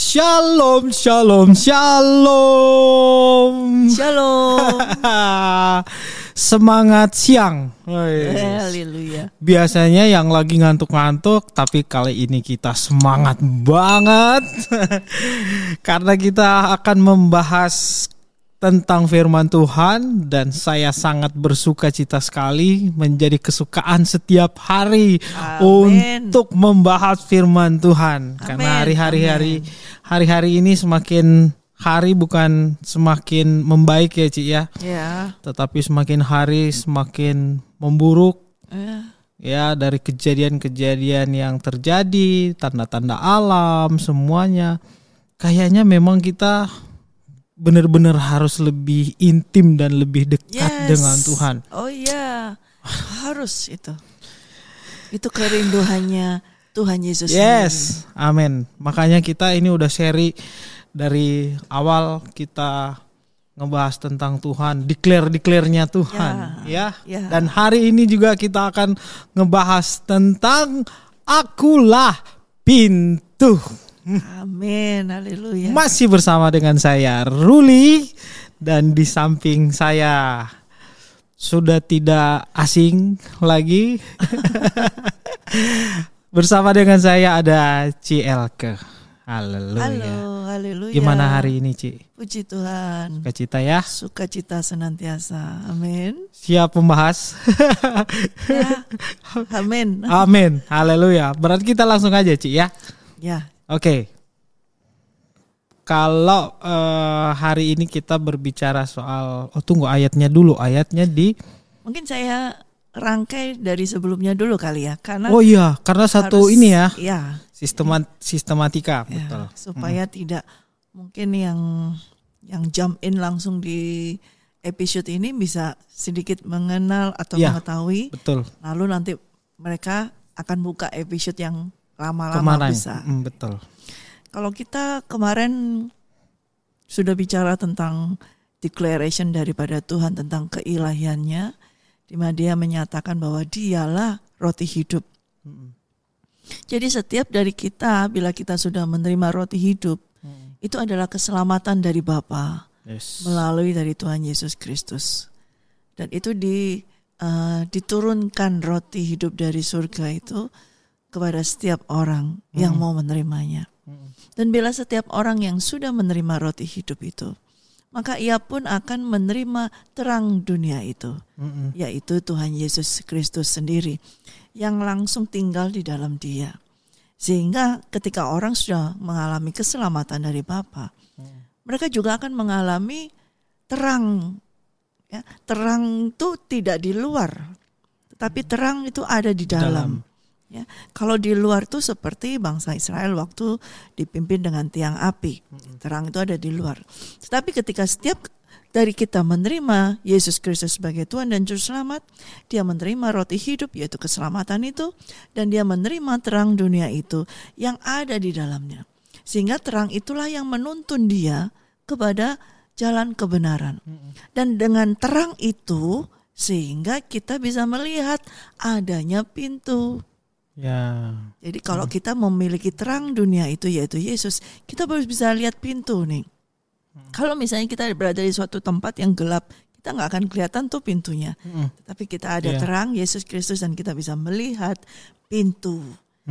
Shalom, shalom, shalom. Shalom. Semangat siang. Haleluya. Biasanya yang lagi ngantuk-ngantuk, tapi kali ini kita semangat banget. Karena kita akan membahas tentang firman Tuhan, dan saya sangat bersuka cita sekali menjadi kesukaan setiap hari. Amen. Untuk membahas firman Tuhan. Amen. Karena hari-hari ini semakin hari bukan semakin membaik ya Ci ya. Tetapi semakin hari semakin memburuk. Ya, dari kejadian-kejadian yang terjadi, tanda-tanda alam semuanya. Kayaknya memang kita benar-benar harus lebih intim dan lebih dekat dengan Tuhan. Oh iya, harus itu. Itu kerinduannya Tuhan Yesus. Yes, amin. Makanya kita ini udah seri dari awal kita ngebahas tentang Tuhan, declare-nya Tuhan, ya. Dan hari ini juga kita akan ngebahas tentang Akulah Pintu. Amin, haleluya. Masih bersama dengan saya Ruli, dan di samping saya sudah tidak asing lagi. Bersama dengan saya ada Ci Elke. Haleluya. Halo, haleluya. Gimana hari ini Ci? Puji Tuhan. Sukacita ya? Sukacita senantiasa. Amin. Siap membahas? Ya. Amin. Amin. Haleluya. Berarti kita langsung aja Ci ya? Ya. Oke. Kalau hari ini kita berbicara soal, tunggu ayatnya dulu, ayatnya di. Mungkin saya rangkai dari sebelumnya dulu kali ya, karena. Oh iya, karena satu ini ya. Iya. Sistematika, ya, betul. Supaya tidak mungkin yang jump in langsung di episode ini bisa sedikit mengenal atau mengetahui. Betul. Lalu nanti mereka akan buka episode yang lama-lama bisa. Betul. Kalau kita kemarin sudah bicara tentang declaration daripada Tuhan tentang keilahiannya, di mana Dia menyatakan bahwa Dialah roti hidup. Jadi setiap dari kita, bila kita sudah menerima roti hidup, itu adalah keselamatan dari Bapa melalui dari Tuhan Yesus Kristus. Dan itu diturunkan roti hidup dari surga itu kepada setiap orang yang mau menerimanya. Dan bila setiap orang yang sudah menerima roti hidup itu, maka ia pun akan menerima terang dunia itu, yaitu Tuhan Yesus Kristus sendiri, yang langsung tinggal di dalam dia. Sehingga ketika orang sudah mengalami keselamatan dari Bapa, mereka juga akan mengalami terang. Ya, terang itu tidak di luar, tetapi terang itu ada di dalam. Ya, kalau di luar itu seperti bangsa Israel waktu dipimpin dengan tiang api, terang itu ada di luar. Tetapi ketika setiap dari kita menerima Yesus Kristus sebagai Tuhan dan Juru Selamat, Dia menerima roti hidup yaitu keselamatan itu, dan Dia menerima terang dunia itu yang ada di dalamnya. Sehingga terang itulah yang menuntun dia kepada jalan kebenaran. Dan dengan terang itu sehingga kita bisa melihat adanya pintu. Ya. Jadi kalau kita memiliki terang dunia itu yaitu Yesus, kita baru bisa lihat pintu nih. Kalau misalnya kita berada di suatu tempat yang gelap, kita nggak akan kelihatan tuh pintunya. Tetapi kita ada terang Yesus Kristus dan kita bisa melihat pintu.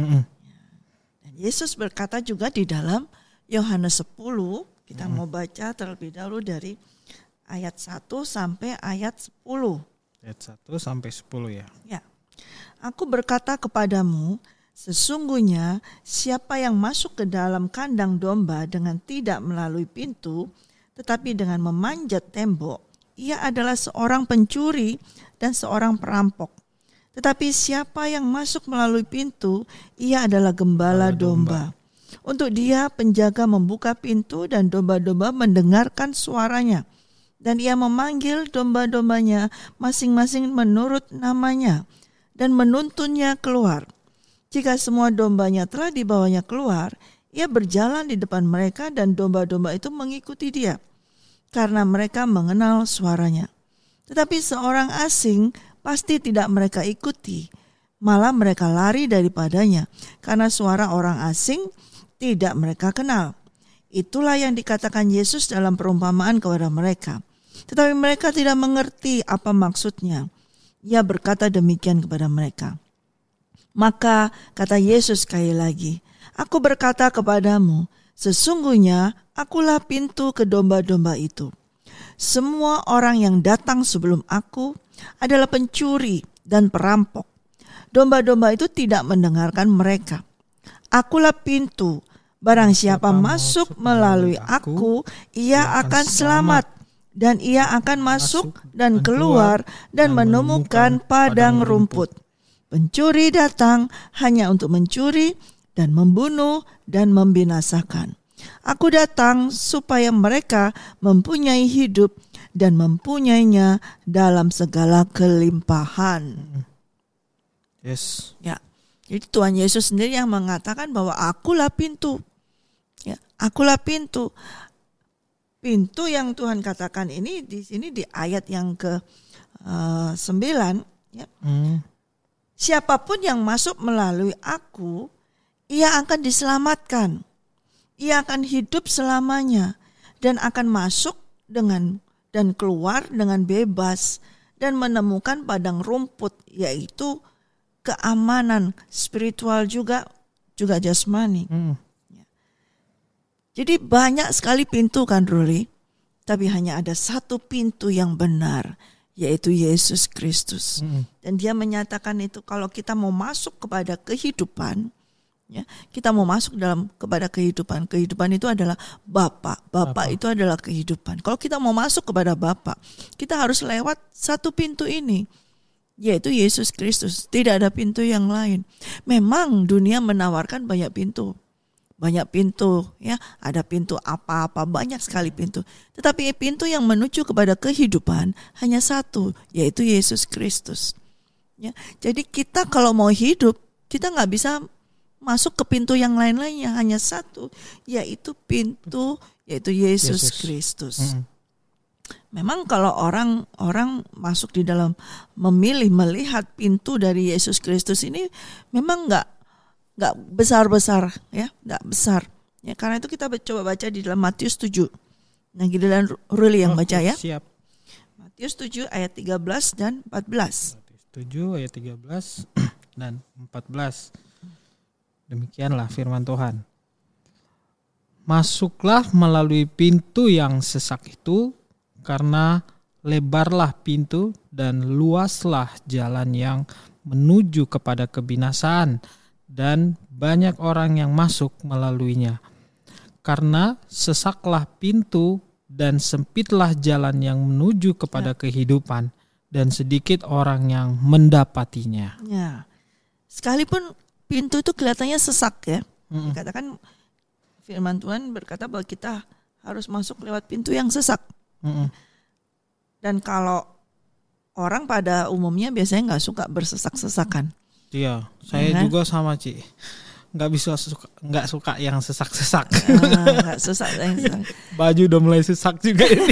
Dan Yesus berkata juga di dalam Yohanes 10, kita mau baca terlebih dahulu dari ayat 1 sampai ayat 10. Ayat 1 sampai 10 ya. Ya. Aku berkata kepadamu, sesungguhnya siapa yang masuk ke dalam kandang domba dengan tidak melalui pintu, tetapi dengan memanjat tembok, ia adalah seorang pencuri dan seorang perampok. Tetapi siapa yang masuk melalui pintu, ia adalah gembala domba. Untuk dia penjaga membuka pintu dan domba-domba mendengarkan suaranya. Dan ia memanggil domba-dombanya masing-masing menurut namanya dan menuntunnya keluar. Jika semua dombanya telah dibawanya keluar, ia berjalan di depan mereka dan domba-domba itu mengikuti dia, karena mereka mengenal suaranya. Tetapi seorang asing pasti tidak mereka ikuti, malah mereka lari daripadanya, karena suara orang asing tidak mereka kenal. Itulah yang dikatakan Yesus dalam perumpamaan kepada mereka. Tetapi mereka tidak mengerti apa maksudnya. Ia berkata demikian kepada mereka. Maka kata Yesus sekali lagi, Aku berkata kepadamu, sesungguhnya akulah pintu ke domba-domba itu. Semua orang yang datang sebelum aku adalah pencuri dan perampok. Domba-domba itu tidak mendengarkan mereka. Akulah pintu. Barang siapa masuk melalui aku, ia akan selamat. Dan ia akan masuk dan keluar dan menemukan padang rumput. Pencuri datang hanya untuk mencuri dan membunuh dan membinasakan. Aku datang supaya mereka mempunyai hidup dan mempunyainya dalam segala kelimpahan. Yes. Ya, jadi Tuhan Yesus sendiri yang mengatakan bahwa akulah pintu. Ya, akulah pintu. Pintu yang Tuhan katakan ini di sini di ayat yang ke-9. Ya. Siapapun yang masuk melalui aku, ia akan diselamatkan. Ia akan hidup selamanya dan akan masuk dan keluar dengan bebas dan menemukan padang rumput, yaitu keamanan spiritual juga jasmani. Jadi banyak sekali pintu kan Ruli, tapi hanya ada satu pintu yang benar, yaitu Yesus Kristus. Dan dia menyatakan itu kalau kita mau masuk kepada kehidupan, ya, kita mau masuk kepada kehidupan. Kehidupan itu adalah Bapa itu adalah kehidupan. Kalau kita mau masuk kepada Bapa, kita harus lewat satu pintu ini, yaitu Yesus Kristus. Tidak ada pintu yang lain. Memang dunia menawarkan banyak pintu, ya, ada pintu apa-apa, banyak sekali pintu. Tetapi pintu yang menuju kepada kehidupan hanya satu, yaitu Yesus Kristus. Ya, jadi kita kalau mau hidup, kita nggak bisa masuk ke pintu yang lain-lainnya, hanya satu, yaitu Yesus Kristus. Memang kalau orang masuk di dalam melihat pintu dari Yesus Kristus ini memang nggak besar-besar, ya, nggak besar. Ya, karena itu kita coba baca di dalam Matius 7. Nah, Gideon Ruli yang baca ya. Siap. Matius 7 ayat 13 dan 14. Matius 7 ayat 13 dan 14. Demikianlah firman Tuhan. Masuklah melalui pintu yang sesak itu, karena lebarlah pintu dan luaslah jalan yang menuju kepada kebinasaan, dan banyak orang yang masuk melaluinya. Karena sesaklah pintu dan sempitlah jalan yang menuju kepada kehidupan, dan sedikit orang yang mendapatinya. Ya. Sekalipun pintu itu kelihatannya sesak ya. Dikatakan firman Tuhan berkata bahwa kita harus masuk lewat pintu yang sesak. Dan kalau orang pada umumnya biasanya nggak suka bersesak-sesakan. Iya, saya juga sama Ci. Nggak suka yang sesak-sesak. Nggak sesak yang sesak. Baju udah mulai sesak juga ini.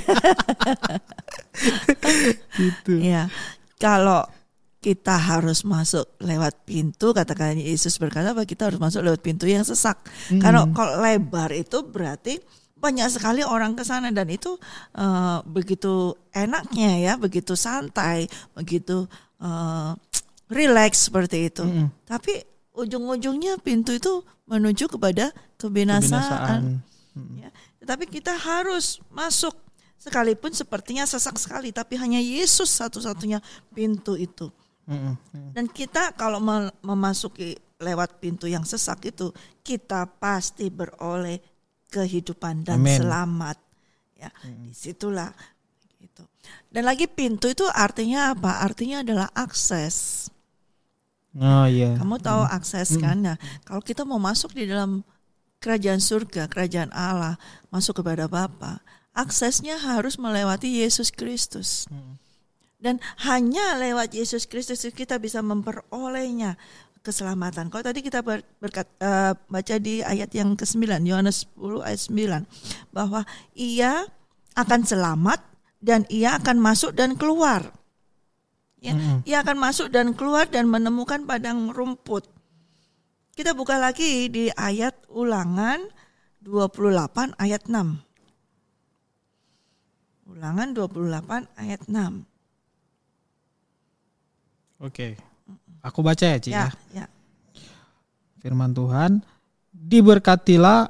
Gitu. Ya, kalau kita harus masuk lewat pintu, katakan Yesus berkata bahwa kita harus masuk lewat pintu yang sesak. Karena kalau lebar itu berarti banyak sekali orang ke sana, dan itu begitu enaknya ya, begitu santai, begitu relax seperti itu. Tapi ujung-ujungnya pintu itu menuju kepada kebinasaan. Ya. Tetapi kita harus masuk, sekalipun sepertinya sesak sekali, tapi hanya Yesus satu-satunya pintu itu. Dan kita kalau memasuki lewat pintu yang sesak itu, kita pasti beroleh kehidupan dan selamat. Ya, disitulah. Gitu. Dan lagi pintu itu artinya apa? Artinya adalah akses. Oh iya. Kamu tahu akses kan? Nah, kalau kita mau masuk di dalam kerajaan surga, kerajaan Allah, masuk kepada Bapa, aksesnya harus melewati Yesus Kristus. Dan hanya lewat Yesus Kristus kita bisa memperolehnya keselamatan. Kalau tadi kita baca di ayat yang ke-9, Yohanes 10 ayat 9, bahwa ia akan selamat dan ia akan masuk dan keluar. Ya, ia akan masuk dan keluar dan menemukan padang rumput. Kita buka lagi di ayat Ulangan 28 ayat 6. Ulangan 28 ayat 6. Oke. Aku baca ya, Ci ya. Ya. Firman Tuhan, diberkatilah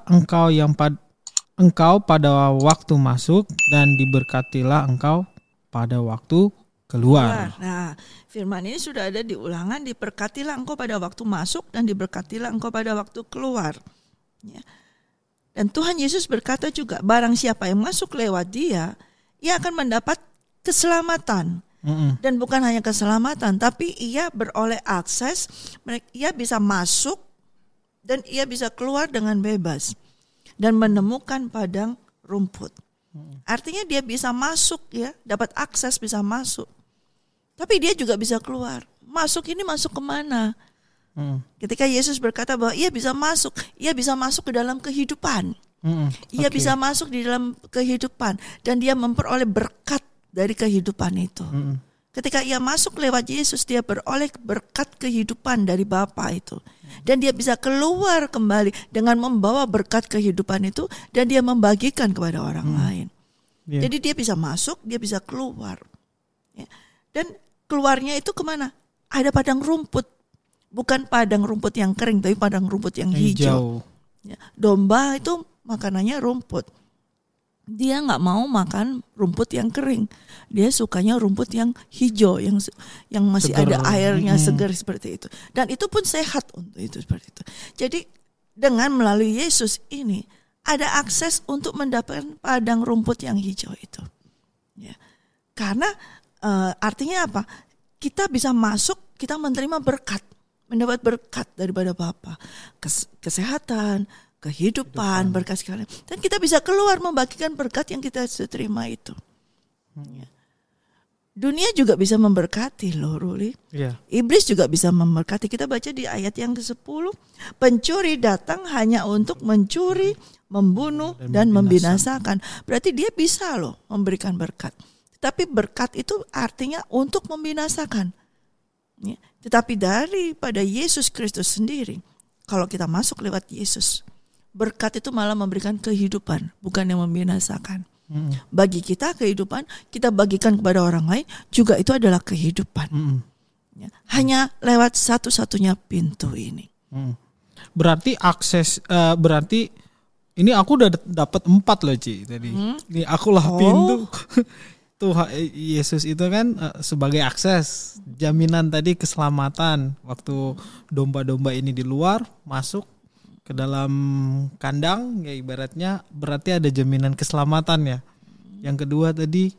engkau pada waktu masuk dan diberkatilah engkau pada waktu keluar. Nah, firman ini sudah ada di Ulangan, diberkatilah engkau pada waktu masuk dan diberkatilah engkau pada waktu keluar. Ya. Dan Tuhan Yesus berkata juga, barang siapa yang masuk lewat dia, ia akan mendapat keselamatan. Dan bukan hanya keselamatan, tapi ia beroleh akses, ia bisa masuk dan ia bisa keluar dengan bebas dan menemukan padang rumput. Artinya dia bisa masuk ya, dapat akses bisa masuk. Tapi dia juga bisa keluar. Masuk ini masuk kemana? Ketika Yesus berkata bahwa ia bisa masuk ke dalam kehidupan. Ia bisa masuk di dalam kehidupan dan dia memperoleh berkat dari kehidupan itu. Ketika ia masuk lewat Yesus, dia beroleh berkat kehidupan dari Bapa itu. Dan dia bisa keluar kembali dengan membawa berkat kehidupan itu dan dia membagikan kepada orang lain. Jadi dia bisa masuk, dia bisa keluar. Ya. Dan keluarnya itu kemana? Ada padang rumput. Bukan padang rumput yang kering, tapi padang rumput yang hijau. Ya. Domba itu makanannya rumput. Dia nggak mau makan rumput yang kering. Dia sukanya rumput yang hijau, yang masih segar. Ada airnya segar seperti itu. Dan itu pun sehat untuk itu seperti itu. Jadi dengan melalui Yesus ini ada akses untuk mendapatkan padang rumput yang hijau itu. Ya. Karena artinya apa? Kita bisa masuk, kita menerima berkat. Mendapat berkat daripada Bapa, kesehatan, kehidupan, berkat sekalian. Dan kita bisa keluar membagikan berkat yang kita terima itu. Ya. Dunia juga bisa memberkati loh, Ruli. Ya. Iblis juga bisa memberkati. Kita baca di ayat yang ke-10. Pencuri datang hanya untuk mencuri, membunuh, dan membinasakan. Berarti dia bisa loh memberikan berkat. Tapi berkat itu artinya untuk membinasakan. Ya. Tetapi daripada Yesus Kristus sendiri, kalau kita masuk lewat Yesus, berkat itu malah memberikan kehidupan, bukan yang membinasakan. Bagi kita kehidupan, kita bagikan kepada orang lain, juga itu adalah kehidupan. Ya. Hanya lewat satu-satunya pintu ini. Berarti akses, berarti ini aku udah dapat 4 loh, Ci tadi. Ini akulah pintu. Tuhan Yesus itu kan sebagai akses, jaminan tadi keselamatan. Waktu domba-domba ini di luar, masuk ke dalam kandang, ya ibaratnya berarti ada jaminan keselamatan ya. Yang kedua tadi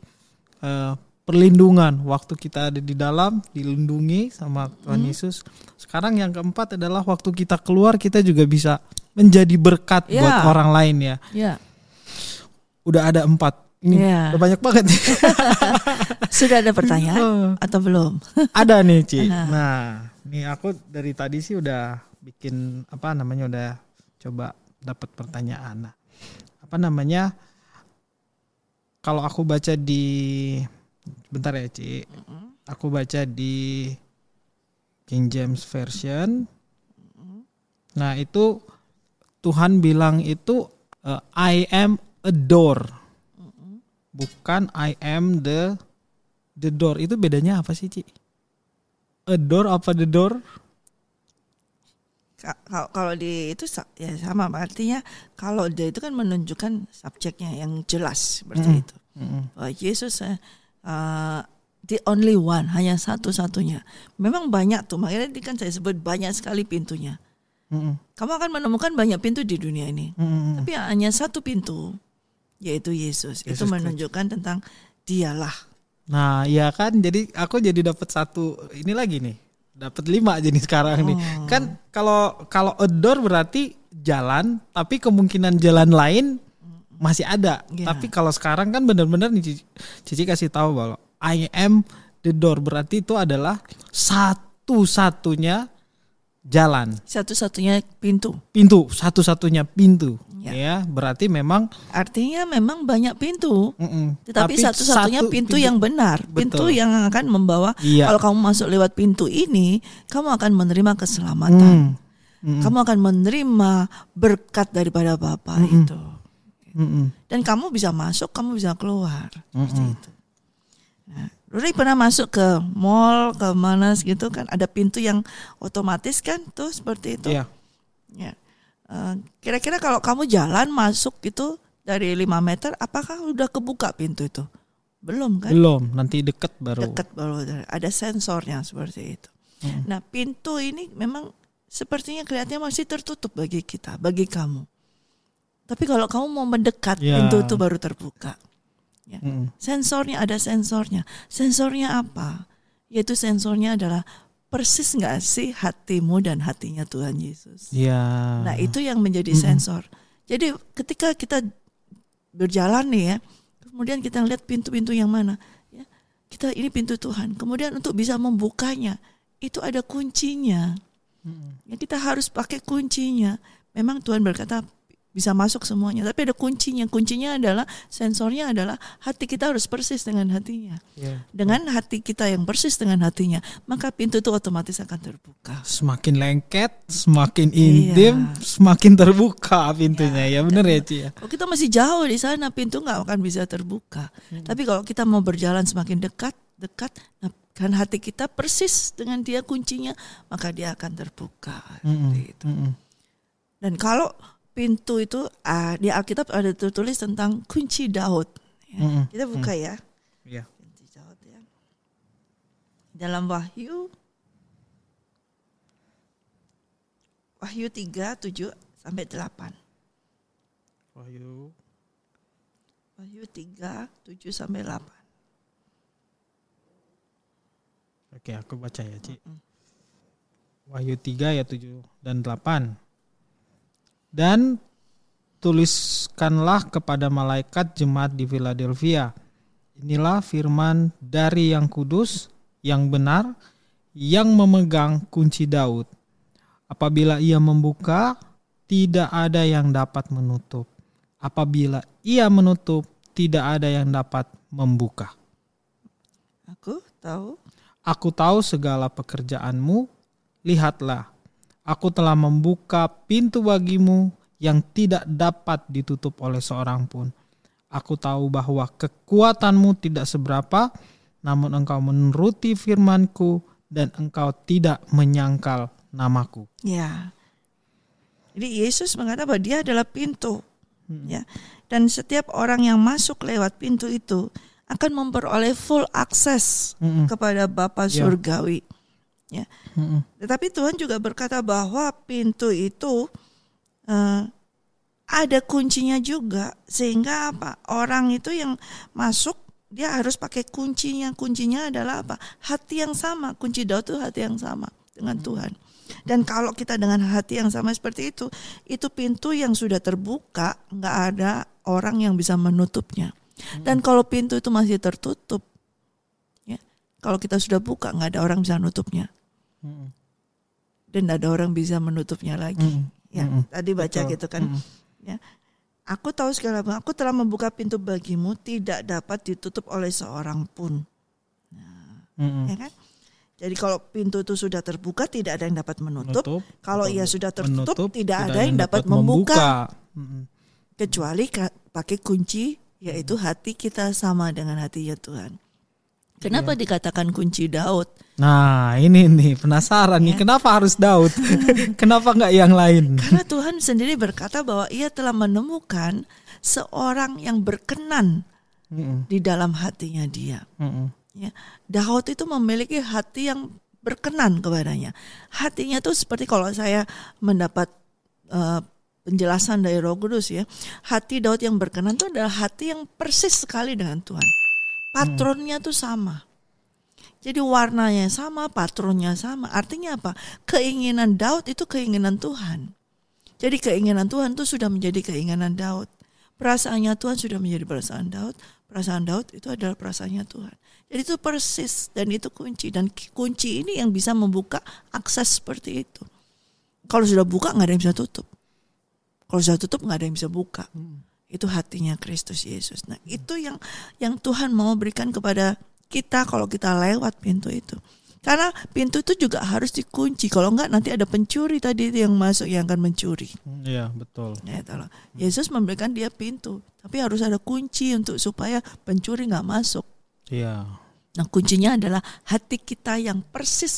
perlindungan, waktu kita ada di dalam dilindungi sama Tuhan Yesus. Sekarang yang keempat adalah waktu kita keluar, kita juga bisa menjadi berkat buat orang lain ya. Udah ada 4. Ini udah banyak banget. Sudah ada pertanyaan atau belum? Ada nih, Ci. Nah, ini aku dari tadi sih udah bikin udah coba dapat pertanyaan. Nah, kalau aku baca di, bentar ya, Ci. Aku baca di King James Version. Nah, itu Tuhan bilang itu I am a door. Bukan I am the door. Itu bedanya apa sih, Ci? A door apa the door? Kalau di itu ya sama, artinya kalau dia itu kan menunjukkan subjeknya yang jelas seperti itu. Yesus the only one, hanya satu-satunya. Memang banyak tuh, makanya kan saya sebut banyak sekali pintunya. Kamu akan menemukan banyak pintu di dunia ini, tapi hanya satu pintu, yaitu Yesus. Itu menunjukkan tentang dialah. Nah, ya kan, jadi aku jadi dapat 1 ini lagi nih. Dapat 5 jadi sekarang nih. Kan kalau a door berarti jalan, tapi kemungkinan jalan lain masih ada. Tapi kalau sekarang kan benar-benar nih Cici kasih tahu bahwa I am the door, berarti itu adalah satu-satunya jalan. Satu-satunya pintu. Satu-satunya pintu. Ya, berarti memang artinya memang banyak pintu, tetapi satu-satunya pintu yang benar, pintu yang akan membawa. Kalau kamu masuk lewat pintu ini, kamu akan menerima keselamatan. kamu akan menerima berkat daripada Bapa itu. Dan kamu bisa masuk, kamu bisa keluar. Seperti itu. Nah, Ruri pernah masuk ke mall, ke mana gitu kan, ada pintu yang otomatis kan tuh seperti itu. Iya. Ya. Kira-kira kalau kamu jalan masuk gitu dari 5 meter, apakah udah kebuka pintu itu? Belum kan? Belum, nanti dekat baru. Ada sensornya seperti itu. Nah, pintu ini memang sepertinya kelihatannya masih tertutup bagi kita, bagi kamu. Tapi kalau kamu mau mendekat, pintu itu baru terbuka. Ya. Sensornya ada sensornya. Sensornya apa? Yaitu sensornya adalah persis nggak sih hatimu dan hatinya Tuhan Yesus. Ya. Nah itu yang menjadi sensor. Jadi ketika kita berjalan nih ya, kemudian kita lihat pintu-pintu yang mana, ya, kita ini pintu Tuhan. Kemudian untuk bisa membukanya itu ada kuncinya. Ya, kita harus pakai kuncinya. Memang Tuhan berkata bisa masuk semuanya, tapi ada kuncinya. Kuncinya adalah, sensornya adalah hati kita harus persis dengan hatinya. Dengan hati kita yang persis dengan hatinya, maka pintu itu otomatis akan terbuka. Semakin lengket, semakin intim, semakin terbuka pintunya. Ya benar ya, Ci ya. Kalau kita masih jauh di sana, pintu nggak akan bisa terbuka. Tapi kalau kita mau berjalan semakin dekat, nah, kan hati kita persis dengan dia kuncinya, maka dia akan terbuka. Gitu. Dan kalau pintu itu di Alkitab ada tertulis tentang kunci Daud. Ya. Kita buka ya. Kunci Daud ya. Dalam Wahyu 3:7 sampai 8. Wahyu 3:7 sampai 8. Oke, aku baca ya, Ci. Wahyu 3 ayat 7 dan 8. Dan tuliskanlah kepada malaikat jemaat di Philadelphia. Inilah firman dari yang kudus, yang benar, yang memegang kunci Daud. Apabila ia membuka, tidak ada yang dapat menutup. Apabila ia menutup, tidak ada yang dapat membuka. Aku tahu segala pekerjaanmu. Lihatlah, aku telah membuka pintu bagimu yang tidak dapat ditutup oleh seorang pun. Aku tahu bahwa kekuatanmu tidak seberapa, namun engkau menuruti firmanku dan engkau tidak menyangkal namaku. Ya. Jadi Yesus mengatakan bahwa dia adalah pintu. Ya. Dan setiap orang yang masuk lewat pintu itu akan memperoleh full akses kepada Bapa Surgawi. Ya. Tetapi Tuhan juga berkata bahwa pintu itu ada kuncinya juga, sehingga apa? Orang itu yang masuk dia harus pakai kuncinya. Kuncinya adalah apa? Hati yang sama. Kunci Daud itu hati yang sama dengan Tuhan. Dan kalau kita dengan hati yang sama seperti itu pintu yang sudah terbuka, nggak ada orang yang bisa menutupnya. Dan kalau pintu itu masih tertutup, ya, kalau kita sudah buka, nggak ada orang bisa nutupnya. Dan ada orang bisa menutupnya lagi. Ya, tadi baca gitu kan. Ya. Aku tahu segala, aku telah membuka pintu bagimu, tidak dapat ditutup oleh seorang pun. Nah, ya kan? Jadi kalau pintu itu sudah terbuka, tidak ada yang dapat menutup. Kalau ia sudah tertutup, tidak ada yang dapat membuka. Kecuali pakai kunci, yaitu hati kita sama dengan hatinya Tuhan. Kenapa dikatakan kunci Daud? Nah ini nih penasaran nih, kenapa harus Daud? Kenapa nggak yang lain? Karena Tuhan sendiri berkata bahwa ia telah menemukan seorang yang berkenan di dalam hatinya dia. Ya, Daud itu memiliki hati yang berkenan kepadanya. Hatinya tuh seperti kalau saya mendapat penjelasan dari Roh Kudus ya, hati Daud yang berkenan itu adalah hati yang persis sekali dengan Tuhan. Patronnya tuh sama. Jadi warnanya sama, patronnya sama. Artinya apa? Keinginan Daud itu keinginan Tuhan. Jadi keinginan Tuhan itu sudah menjadi keinginan Daud. Perasaannya Tuhan sudah menjadi perasaan Daud. Perasaan Daud itu adalah perasaannya Tuhan. Jadi itu persis dan itu kunci. Dan kunci ini yang bisa membuka akses seperti itu. Kalau sudah buka nggak ada yang bisa tutup. Kalau sudah tutup nggak ada yang bisa buka. Itu hatinya Kristus Yesus. Nah itu yang Tuhan mau berikan kepada kita kalau kita lewat pintu itu. Karena pintu itu juga harus dikunci. Kalau enggak nanti ada pencuri tadi yang masuk yang akan mencuri. Iya, betul. Ya, itulah. Yesus memberikan dia pintu, tapi harus ada kunci untuk supaya pencuri enggak masuk. Iya. Nah, kuncinya adalah hati kita yang persis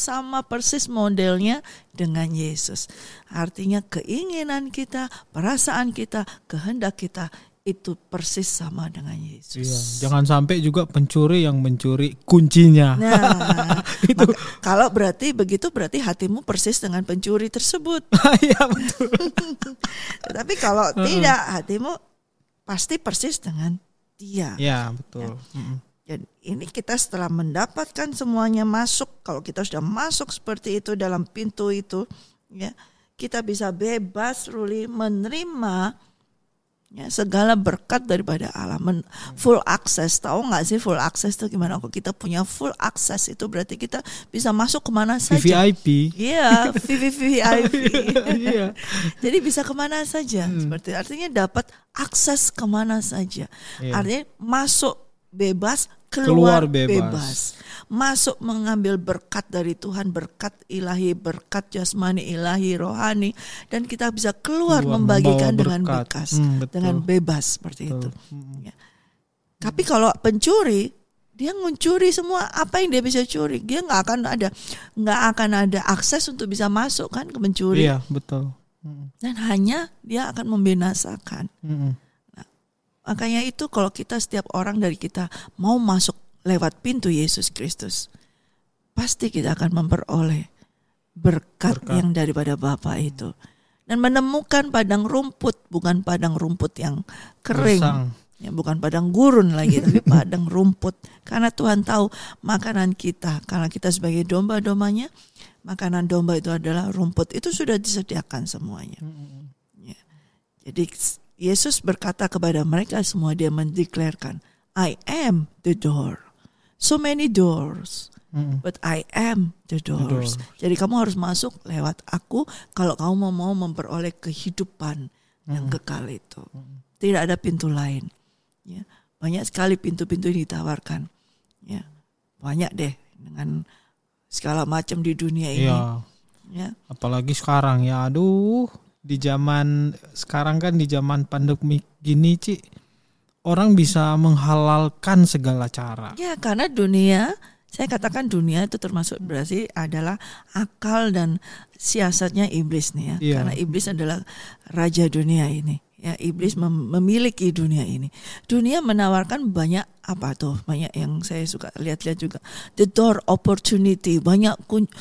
modelnya dengan Yesus. Artinya keinginan kita, perasaan kita, kehendak kita itu persis sama dengan Yesus. Iya, jangan sampai juga pencuri yang mencuri kuncinya. Nah, itu kalau berarti hatimu persis dengan pencuri tersebut. Iya, betul. Tetapi kalau tidak, hatimu pasti persis dengan dia. Iya, betul. Dan ini kita setelah mendapatkan semuanya masuk, kalau kita sudah masuk seperti itu dalam pintu itu, ya, kita bisa bebas menerima ya, segala berkat daripada Allah, full access. Tahu nggak sih full access itu gimana? Kalau kita punya full access itu berarti kita bisa masuk kemana saja. VIP. Iya, VIP. Iya. Jadi bisa kemana saja. Seperti artinya dapat akses kemana saja. Iya. Artinya masuk bebas, keluar bebas. Masuk mengambil berkat dari Tuhan, berkat ilahi, berkat jasmani ilahi, rohani, dan kita bisa keluar membagikan dengan bebas, dengan bebas seperti itu. Ya. Tapi kalau pencuri, dia mencuri semua apa yang dia bisa curi, dia nggak akan ada akses untuk bisa masuk kan ke mencuri. Iya, betul. Dan hanya dia akan membinasakan. Nah, makanya itu kalau kita setiap orang dari kita mau masuk lewat pintu Yesus Kristus, pasti kita akan memperoleh berkat yang daripada Bapa itu. Dan menemukan padang rumput, bukan padang rumput yang kering, ya, bukan padang gurun lagi, tapi padang rumput. Karena Tuhan tahu makanan kita, karena kita sebagai domba-dombanya, makanan domba itu adalah rumput, itu sudah disediakan semuanya. Ya. Jadi Yesus berkata kepada mereka semua, dia mendeklarkan, I am the door. So many doors, but I am the doors. Jadi kamu harus masuk lewat aku kalau kamu mau memperoleh kehidupan yang kekal itu. Tidak ada pintu lain. Ya, banyak sekali pintu-pintu yang ditawarkan. Ya, banyak deh dengan segala macam di dunia ini. Iya. Ya. Apalagi sekarang ya, aduh, di zaman sekarang kan di zaman pandemi gini, Ci. Orang bisa menghalalkan segala cara. Ya, karena dunia, saya katakan dunia itu termasuk berarti adalah akal dan siasatnya iblis nih ya. Iya. Karena iblis adalah raja dunia ini. Ya, iblis memiliki dunia ini. Dunia menawarkan banyak apa tuh? Banyak yang saya suka lihat-lihat juga. The door opportunity, banyak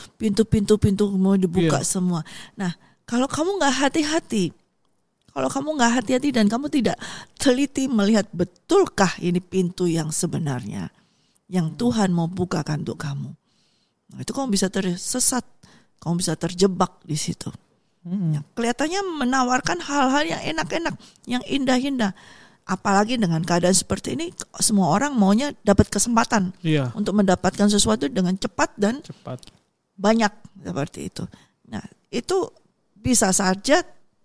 pintu mau dibuka semua. Nah, kalau kamu nggak hati-hati, kalau kamu nggak hati-hati dan kamu tidak teliti melihat betulkah ini pintu yang sebenarnya yang Tuhan mau bukakan untuk kamu, nah, itu kamu bisa tersesat, kamu bisa terjebak di situ. Ya, kelihatannya menawarkan hal-hal yang enak-enak, yang indah-indah. Apalagi dengan keadaan seperti ini, semua orang maunya dapat kesempatan untuk mendapatkan sesuatu dengan cepat dan banyak seperti itu. Nah, itu bisa saja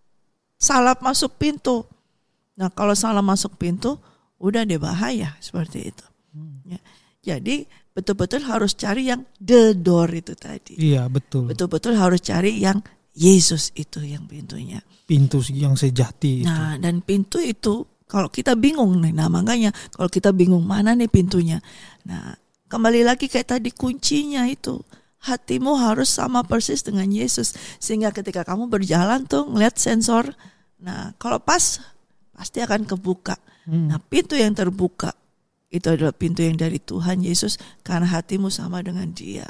salah masuk pintu. Nah, kalau salah masuk pintu, udah deh bahaya seperti itu. Ya. Jadi betul-betul harus cari yang the door itu tadi. Iya, betul. Betul-betul harus cari yang Yesus itu yang pintunya. Pintu yang sejati itu. Nah, dan pintu itu kalau kita bingung nih, nah makanya kalau kita bingung mana nih pintunya. Nah, kembali lagi kayak tadi kuncinya itu. Hatimu harus sama persis dengan Yesus. Sehingga ketika kamu berjalan tuh ngeliat sensor. Nah kalau pas, pasti akan kebuka. Nah pintu yang terbuka, itu adalah pintu yang dari Tuhan Yesus. Karena hatimu sama dengan dia.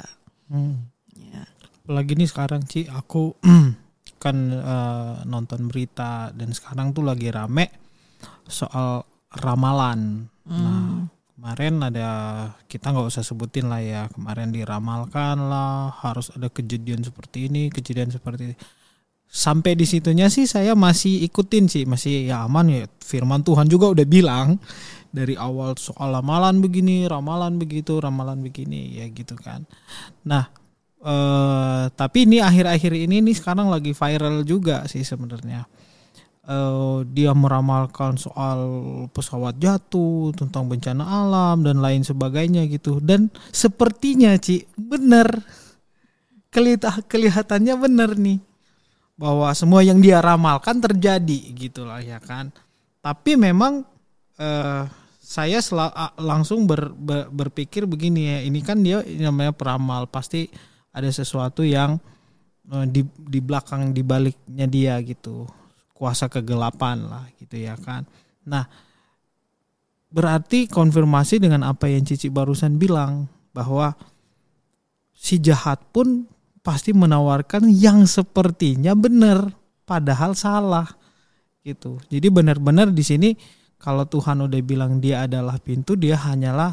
Ya. Apalagi nih sekarang Ci, aku kan nonton berita. Dan sekarang tuh lagi rame soal ramalan. Nah kemarin ada, kita nggak usah sebutin lah ya, kemarin diramalkan lah harus ada kejadian seperti ini, kejadian seperti ini. Sampai di situnya sih saya masih ikutin sih, masih ya aman ya. Firman Tuhan juga udah bilang dari awal soal ramalan begini, ramalan begitu, ramalan begini, ya gitu kan. Nah, tapi ini akhir-akhir ini nih sekarang lagi viral juga sih sebenarnya. dia meramalkan soal pesawat jatuh, tentang bencana alam dan lain sebagainya gitu. Dan sepertinya benar, kelihatannya benar nih, bahwa semua yang dia ramalkan terjadi gitulah ya kan. Tapi memang saya langsung berpikir begini ya, ini kan dia namanya peramal, pasti ada sesuatu yang di belakang, di baliknya dia gitu, kuasa kegelapan lah gitu ya kan. Nah, berarti konfirmasi dengan apa yang Cici barusan bilang, bahwa si jahat pun pasti menawarkan yang sepertinya benar padahal salah gitu. Jadi benar-benar di sini kalau Tuhan udah bilang dia adalah pintu, dia hanyalah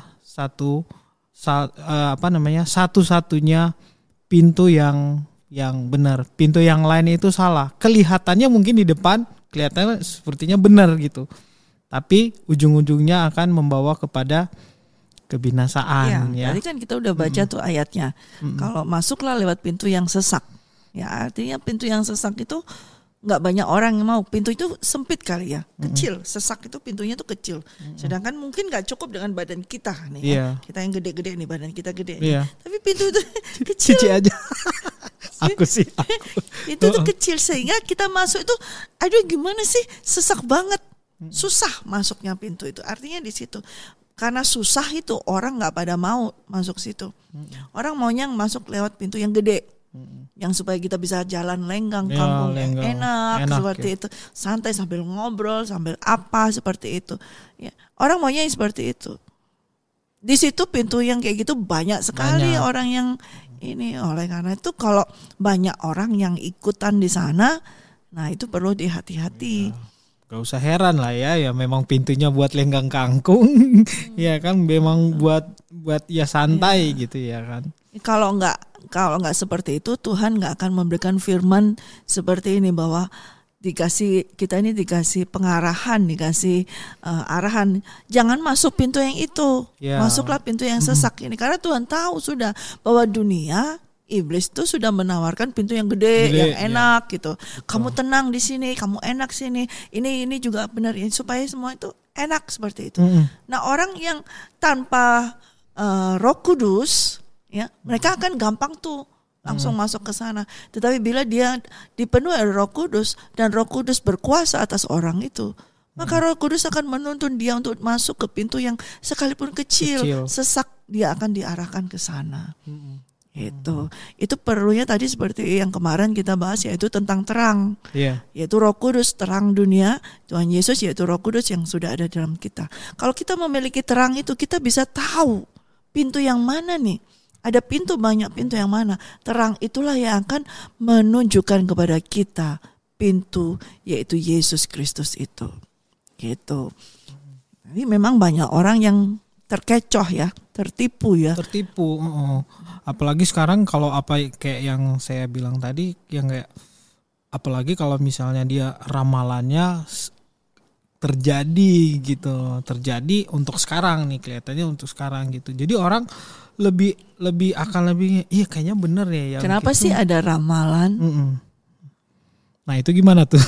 satu-satunya pintu yang benar. Pintu yang lain itu salah. Kelihatannya mungkin di depan kelihatannya sepertinya benar gitu, tapi ujung-ujungnya akan membawa kepada kebinasaan. Ya. Tadi kan kita udah baca tuh ayatnya. Kalau masuklah lewat pintu yang sesak. Ya, artinya pintu yang sesak itu nggak banyak orang yang mau. Pintu itu sempit kali ya, kecil. Sesak itu pintunya tuh kecil. Sedangkan mungkin nggak cukup dengan badan kita nih. Ya. Kita yang gede-gede nih, badan kita gede. Nih. Tapi pintu itu kecil. Cici aja. Aku. Itu tuh kecil sehingga kita masuk itu, aduh gimana sih, sesak banget, susah masuknya pintu itu. Artinya di situ. Karena susah itu orang nggak pada mau masuk situ. Orang maunya masuk lewat pintu yang gede. Yang supaya kita bisa jalan lenggang, kampung yang enak seperti itu, santai sambil ngobrol, sambil apa seperti itu. Ya, orang maunya yang seperti itu. Di situ pintu yang kayak gitu banyak sekali orang yang ini. Oleh karena itu kalau banyak orang yang ikutan di sana, nah itu perlu dihati-hati. Gak usah heran lah ya memang pintunya buat lenggang kangkung, ya kan, memang buat ya santai gitu ya kan. Kalau nggak seperti itu, Tuhan nggak akan memberikan firman seperti ini, bahwa kita ini dikasih pengarahan, dikasih arahan, jangan masuk pintu yang itu, masuklah pintu yang sesak ini, karena Tuhan tahu sudah bahwa dunia iblis itu sudah menawarkan pintu yang gede yang enak gitu. Kamu tenang di sini, kamu enak sini, ini juga benar, supaya semua itu enak seperti itu. Nah, orang yang tanpa Roh Kudus, ya, mereka akan gampang tuh langsung masuk ke sana. Tetapi bila dia dipenuhi oleh Roh Kudus dan Roh Kudus berkuasa atas orang itu, maka Roh Kudus akan menuntun dia untuk masuk ke pintu yang sekalipun kecil, sesak, dia akan diarahkan ke sana. Itu perlunya tadi seperti yang kemarin kita bahas, yaitu tentang terang, yaitu Roh Kudus, terang dunia, Tuhan Yesus yaitu Roh Kudus yang sudah ada dalam kita. Kalau kita memiliki terang itu, kita bisa tahu pintu yang mana nih. Ada pintu, banyak pintu yang mana. Terang itulah yang akan menunjukkan kepada kita pintu, yaitu Yesus Kristus itu. Gitu. Jadi memang banyak orang yang terkecoh ya, tertipu ya. Tertipu. Apalagi sekarang kalau kayak yang saya bilang tadi, yang kayak apalagi kalau misalnya dia ramalannya terjadi gitu, terjadi untuk sekarang nih, kelihatannya untuk sekarang gitu. Jadi orang lebih iya kayaknya bener ya. Kenapa gitu sih ada ramalan? Nah itu gimana tuh?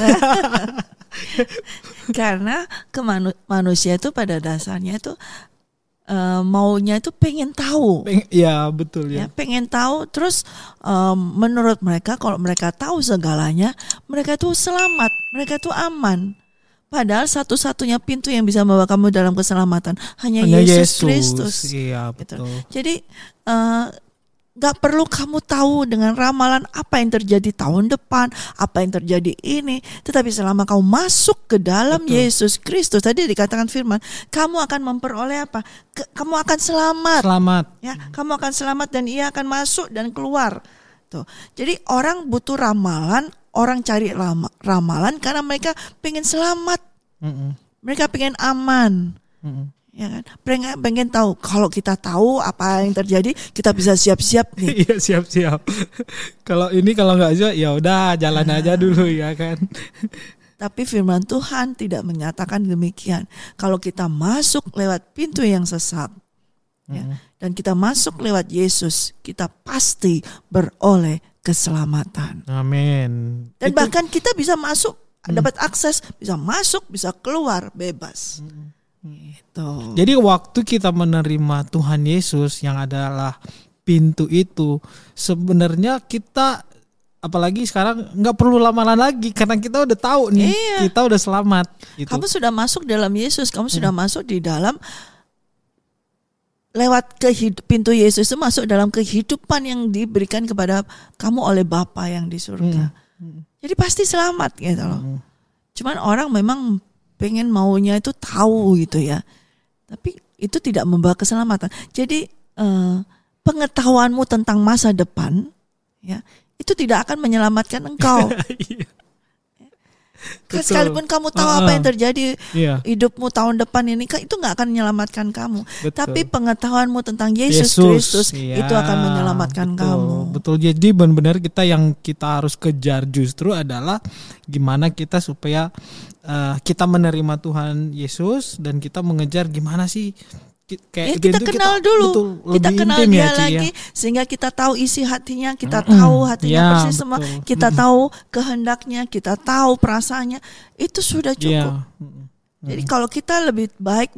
Karena manusia itu pada dasarnya itu maunya itu pengen tahu. Ya betul ya. Pengen tahu. Terus menurut mereka, kalau mereka tahu segalanya, mereka itu selamat, mereka itu aman. Padahal satu-satunya pintu yang bisa membawa kamu dalam keselamatan hanya Yesus Kristus. Iya betul. Jadi gak perlu kamu tahu dengan ramalan apa yang terjadi tahun depan, apa yang terjadi ini. Tetapi selama kamu masuk ke dalam Yesus Kristus, tadi dikatakan firman, kamu akan memperoleh apa? Kamu akan selamat. Ya, kamu akan selamat dan ia akan masuk dan keluar. Tuh. Jadi orang butuh ramalan, orang cari ramalan karena mereka pengen selamat. Mereka pengen aman. Ya kan? Pengen tahu. Kalau kita tahu apa yang terjadi, kita bisa siap-siap nih. Iya, siap-siap. Kalau nggak aja, ya udah jalan aja dulu ya kan. Tapi firman Tuhan tidak menyatakan demikian. Kalau kita masuk lewat pintu yang sesak, ya, dan kita masuk lewat Yesus, kita pasti beroleh keselamatan. Amin. Dan bahkan kita bisa masuk dapat akses, bisa masuk, bisa keluar bebas. Gitu. Jadi waktu kita menerima Tuhan Yesus yang adalah pintu itu, sebenarnya kita apalagi sekarang nggak perlu lama-lama lagi karena kita udah tahu nih, kita udah selamat. Gitu. Kamu sudah masuk dalam Yesus, kamu sudah masuk di dalam lewat pintu Yesus itu masuk dalam kehidupan yang diberikan kepada kamu oleh Bapa yang di surga. Jadi pasti selamat gitu loh. Cuman orang memang pengen maunya itu tahu gitu ya. Tapi itu tidak membawa keselamatan. Jadi pengetahuanmu tentang masa depan ya, itu tidak akan menyelamatkan engkau. Sekalipun kamu tahu apa yang terjadi hidupmu tahun depan ini, itu nggak akan menyelamatkan kamu. Betul. Tapi pengetahuanmu tentang Yesus Kristus itu akan menyelamatkan kamu. Betul. Jadi benar-benar kita harus kejar justru adalah gimana kita supaya kita menerima Tuhan Yesus dan kita mengejar gimana sih. Kita kenal dulu, kita kenal dia lagi sehingga kita tahu isi hatinya, kita tahu hatinya persis semua, kita tahu kehendaknya, kita tahu perasaannya, itu sudah cukup. Jadi kalau kita lebih baik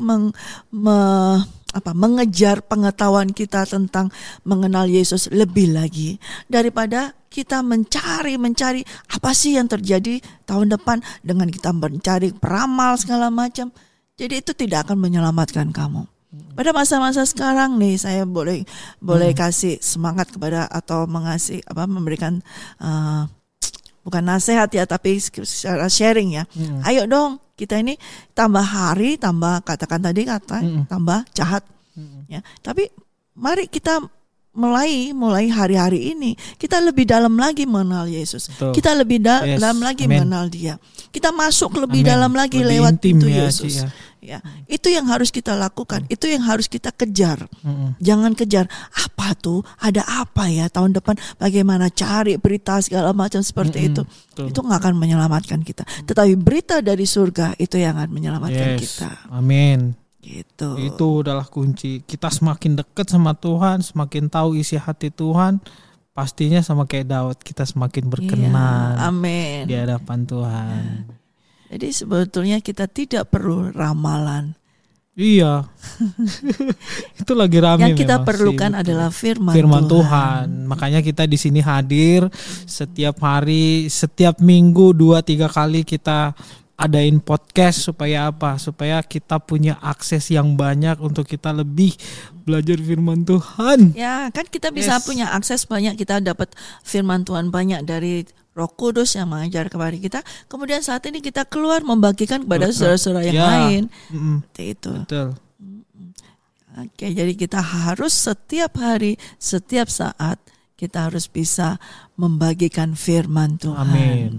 mengejar pengetahuan kita tentang mengenal Yesus lebih lagi daripada kita mencari apa sih yang terjadi tahun depan dengan kita mencari peramal segala macam. Jadi itu tidak akan menyelamatkan kamu. Pada masa-masa sekarang nih, saya boleh kasih semangat kepada atau memberikan bukan nasihat ya, tapi secara sharing ya. Ayo dong, kita ini tambah hari, tambah tambah jahat ya. Tapi mari kita mulai hari-hari ini kita lebih dalam lagi mengenal Yesus. Betul. Kita lebih dalam lagi mengenal Dia. Kita masuk lebih dalam lagi lebih lewat pintu Yesus. Ya, itu yang harus kita lakukan, itu yang harus kita kejar. Jangan kejar apa tuh, ada apa ya tahun depan, bagaimana cari berita segala macam seperti itu. Itu nggak akan menyelamatkan kita. Tetapi berita dari surga itu yang akan menyelamatkan kita. Amin. Gitu. Itu adalah kunci. Kita semakin dekat sama Tuhan, semakin tahu isi hati Tuhan, pastinya sama kayak Daud, kita semakin berkenan. Amin. Di hadapan Tuhan. Jadi sebetulnya kita tidak perlu ramalan. Iya. Itu lagi rame. Yang kita perlukan adalah firman Tuhan. Makanya kita di sini hadir setiap hari, setiap minggu 2-3 kali kita adain podcast supaya apa? Supaya kita punya akses yang banyak untuk kita lebih belajar firman Tuhan. Ya, kan kita bisa punya akses banyak, kita dapat firman Tuhan banyak dari Roh Kudus yang mengajar kepada kita. Kemudian saat ini kita keluar membagikan kepada saudara-saudara yang lain. Itu. Betul. Oke, jadi kita harus setiap hari, setiap saat kita harus bisa membagikan firman Tuhan. Amin.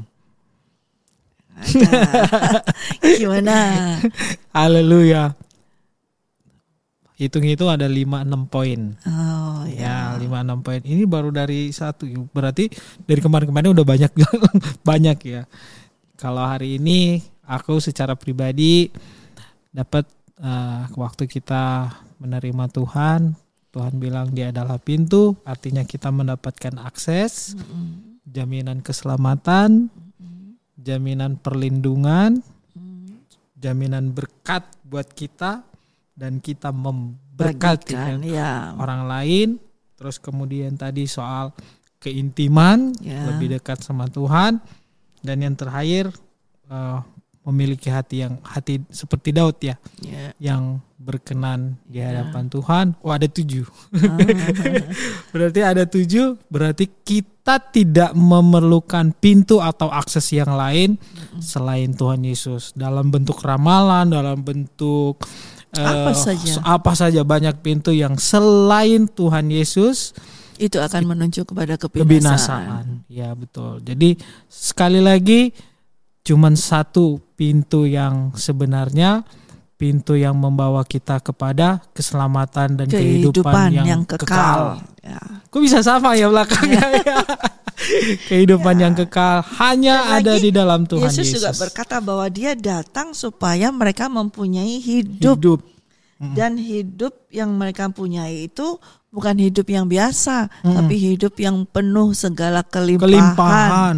Gimana? Haleluya. Hitung-hitung ada 5-6 poin. Oh ya. 5-6 poin. Ini baru dari satu. Berarti dari kemarin-kemarin udah banyak ya. Kalau hari ini aku secara pribadi dapat waktu kita menerima Tuhan bilang Dia adalah pintu, artinya kita mendapatkan akses, jaminan keselamatan, jaminan perlindungan, jaminan berkat buat kita, dan kita memberkati orang lain. Terus kemudian tadi soal keintiman, lebih dekat sama Tuhan, dan yang terakhir memiliki hati seperti Daud ya, yang berkenan di hadapan Tuhan. Oh, ada 7. Berarti ada 7. Berarti kita tidak memerlukan pintu atau akses yang lain selain Tuhan Yesus. Dalam bentuk ramalan, dalam bentuk apa saja banyak pintu yang selain Tuhan Yesus itu akan menuju kepada kebinasaan. Ya betul. Jadi sekali lagi cuman satu pintu yang sebenarnya, pintu yang membawa kita kepada keselamatan dan kehidupan yang kekal. Ya. Kok bisa sama ya belakangnya ya? Kehidupan yang kekal hanya ada di dalam Tuhan Yesus. Yesus juga berkata bahwa Dia datang supaya mereka mempunyai hidup. Dan hidup yang mereka punyai itu bukan hidup yang biasa, tapi hidup yang penuh segala kelimpahan.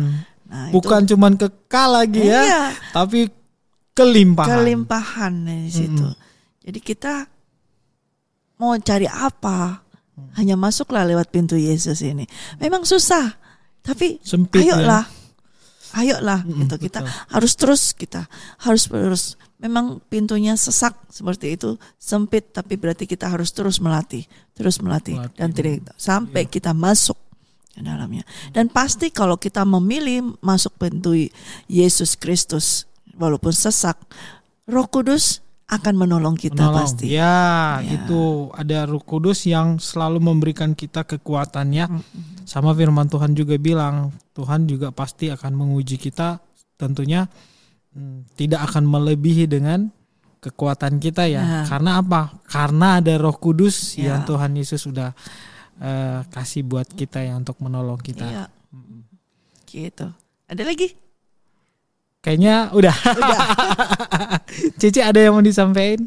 Nah, bukan cuman kekal lagi ya, iya, tapi kelimpahan. kelimpahan di situ. Jadi kita mau cari apa? Hanya masuklah lewat pintu Yesus ini. Memang susah, tapi Sempit, ayolah. Ayolah gitu. Kita betul. kita harus terus. Memang pintunya sesak seperti itu, sempit, tapi berarti kita harus terus melatih dan tidak sampai kita masuk ke dalamnya. Dan pasti kalau kita memilih masuk pintu Yesus Kristus walaupun sesak, Roh Kudus akan menolong kita pasti. Ya, itu ada Roh Kudus yang selalu memberikan kita kekuatannya. Sama firman Tuhan juga bilang, Tuhan juga pasti akan menguji kita, tentunya tidak akan melebihi dengan kekuatan kita ya. Karena apa? Karena ada Roh Kudus yang Tuhan Yesus sudah kasih buat kita ya untuk menolong kita. Iya. Gitu. Ada lagi? Kayaknya udah. Cici ada yang mau disampaikan?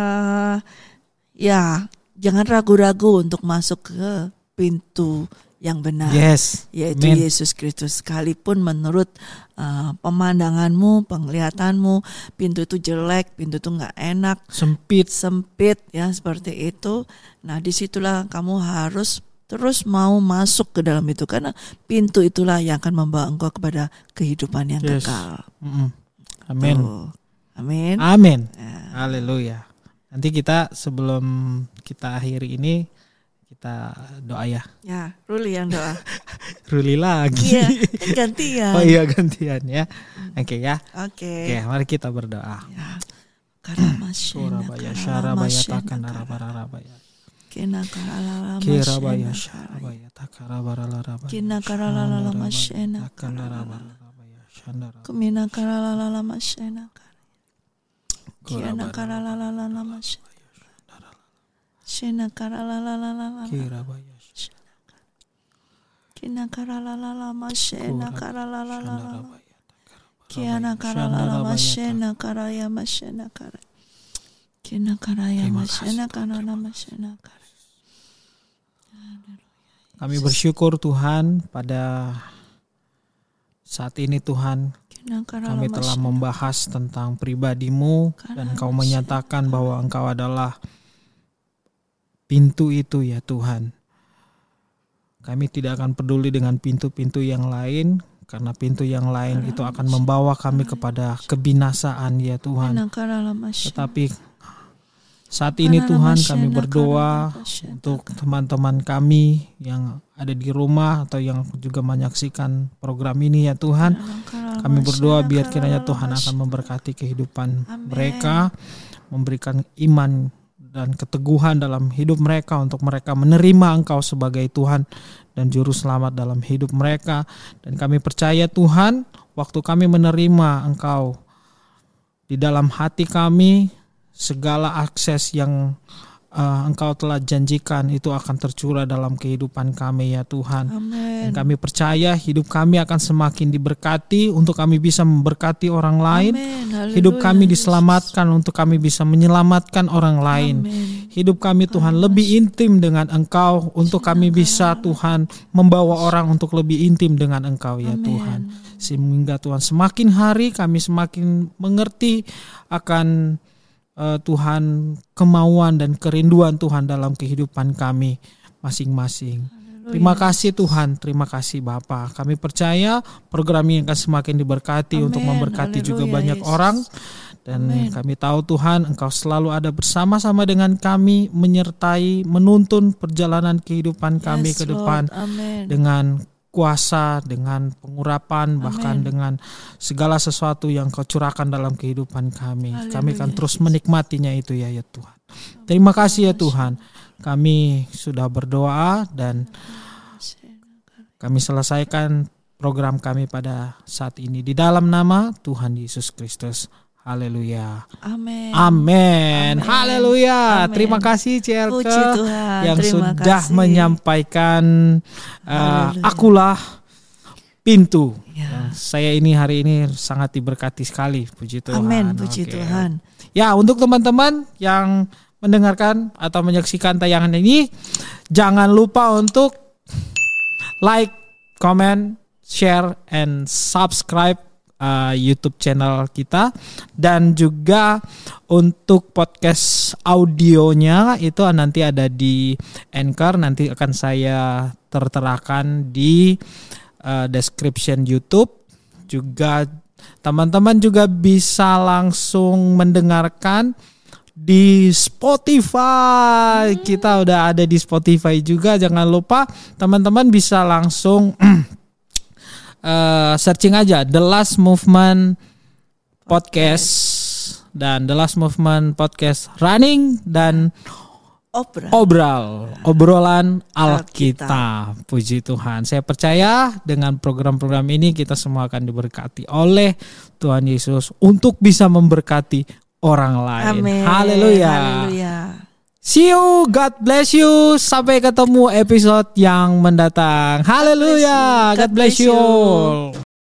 Ya, jangan ragu-ragu untuk masuk ke pintu yang benar, yaitu Amen. Yesus Kristus. Sekalipun menurut pemandanganmu, penglihatanmu, pintu itu jelek, pintu itu nggak enak, sempit ya seperti itu. Nah, disitulah kamu harus terus mau masuk ke dalam itu, karena pintu itulah yang akan membawa engkau kepada kehidupan yang kekal. Amin. Amin. Amin. Haleluya. Nanti kita sebelum kita akhiri ini, kita doa ya. Ya, Ruli yang doa. Ruli lagi. Iya, gantian. Oh iya, gantian ya. Oke ya. Oke, mari kita berdoa. Ya. Karamasena, Surabaya, Syarabaya, Takanarabaya. Kina karalala Kirabaya, masena, Syarabaya, Takarabarabaya. Kina karalala masena, Kumina karalala masena, Kina karalala masena, Shena karalala, Kina karalala masena karalala, Kiana karalala masena karaya masena karaya, Kina karaya masena karana masena karaya. Kami bersyukur Tuhan pada saat ini Tuhan, kami telah membahas tentang pribadi-Mu dan Engkau menyatakan bahwa Engkau adalah pintu itu ya Tuhan. Kami tidak akan peduli dengan pintu-pintu yang lain, karena pintu yang lain itu akan membawa kami kepada kebinasaan ya Tuhan. Tetapi saat ini Tuhan kami berdoa untuk teman-teman kami yang ada di rumah atau yang juga menyaksikan program ini ya Tuhan. Kami berdoa biar kiranya Tuhan akan memberkati kehidupan mereka, memberikan iman dan keteguhan dalam hidup mereka untuk mereka menerima Engkau sebagai Tuhan dan Juru Selamat dalam hidup mereka. Dan kami percaya Tuhan, waktu kami menerima Engkau di dalam hati kami, segala akses yang Engkau telah janjikan itu akan tercurah dalam kehidupan kami ya Tuhan. Amen. Dan kami percaya hidup kami akan semakin diberkati untuk kami bisa memberkati orang lain. Hidup kami diselamatkan untuk kami bisa menyelamatkan orang lain. Amen. Hidup kami Tuhan lebih intim dengan Engkau untuk kami bisa Tuhan membawa orang untuk lebih intim dengan Engkau ya Tuhan. Sehingga Tuhan semakin hari kami semakin mengerti akan Tuhan kemauan dan kerinduan Tuhan dalam kehidupan kami masing-masing. Terima kasih Tuhan, terima kasih Bapa. Kami percaya program ini akan semakin diberkati untuk memberkati juga banyak orang. Dan kami tahu Tuhan Engkau selalu ada bersama-sama dengan kami, menyertai, menuntun perjalanan kehidupan kami ke depan dengan kuasa, dengan pengurapan, bahkan dengan segala sesuatu yang Kau curahkan dalam kehidupan kami. Kami akan terus menikmatinya itu ya Tuhan. Terima kasih ya Tuhan. Kami sudah berdoa dan kami selesaikan program kami pada saat ini di dalam nama Tuhan Yesus Kristus. Haleluya. Amin. Amin. Haleluya. Terima kasih CLK yang sudah menyampaikan akulah pintu. Ya. Saya ini hari ini sangat diberkati sekali. Puji Tuhan. Amin. Puji Tuhan. Ya, untuk teman-teman yang mendengarkan atau menyaksikan tayangan ini, jangan lupa untuk like, comment, share, and subscribe YouTube channel kita. Dan juga untuk podcast audionya itu nanti ada di Anchor, nanti akan saya terterakan di description YouTube. Juga teman-teman juga bisa langsung mendengarkan di Spotify. Kita udah ada di Spotify juga. Jangan lupa teman-teman bisa langsung searching aja The Last Movement Podcast dan The Last Movement Podcast Running dan obrolan Alkitab. Puji Tuhan. Saya percaya dengan program-program ini kita semua akan diberkati oleh Tuhan Yesus untuk bisa memberkati orang lain. Amin. Haleluya. See you, God bless you. Sampai ketemu episode yang mendatang. Haleluya. God bless you all.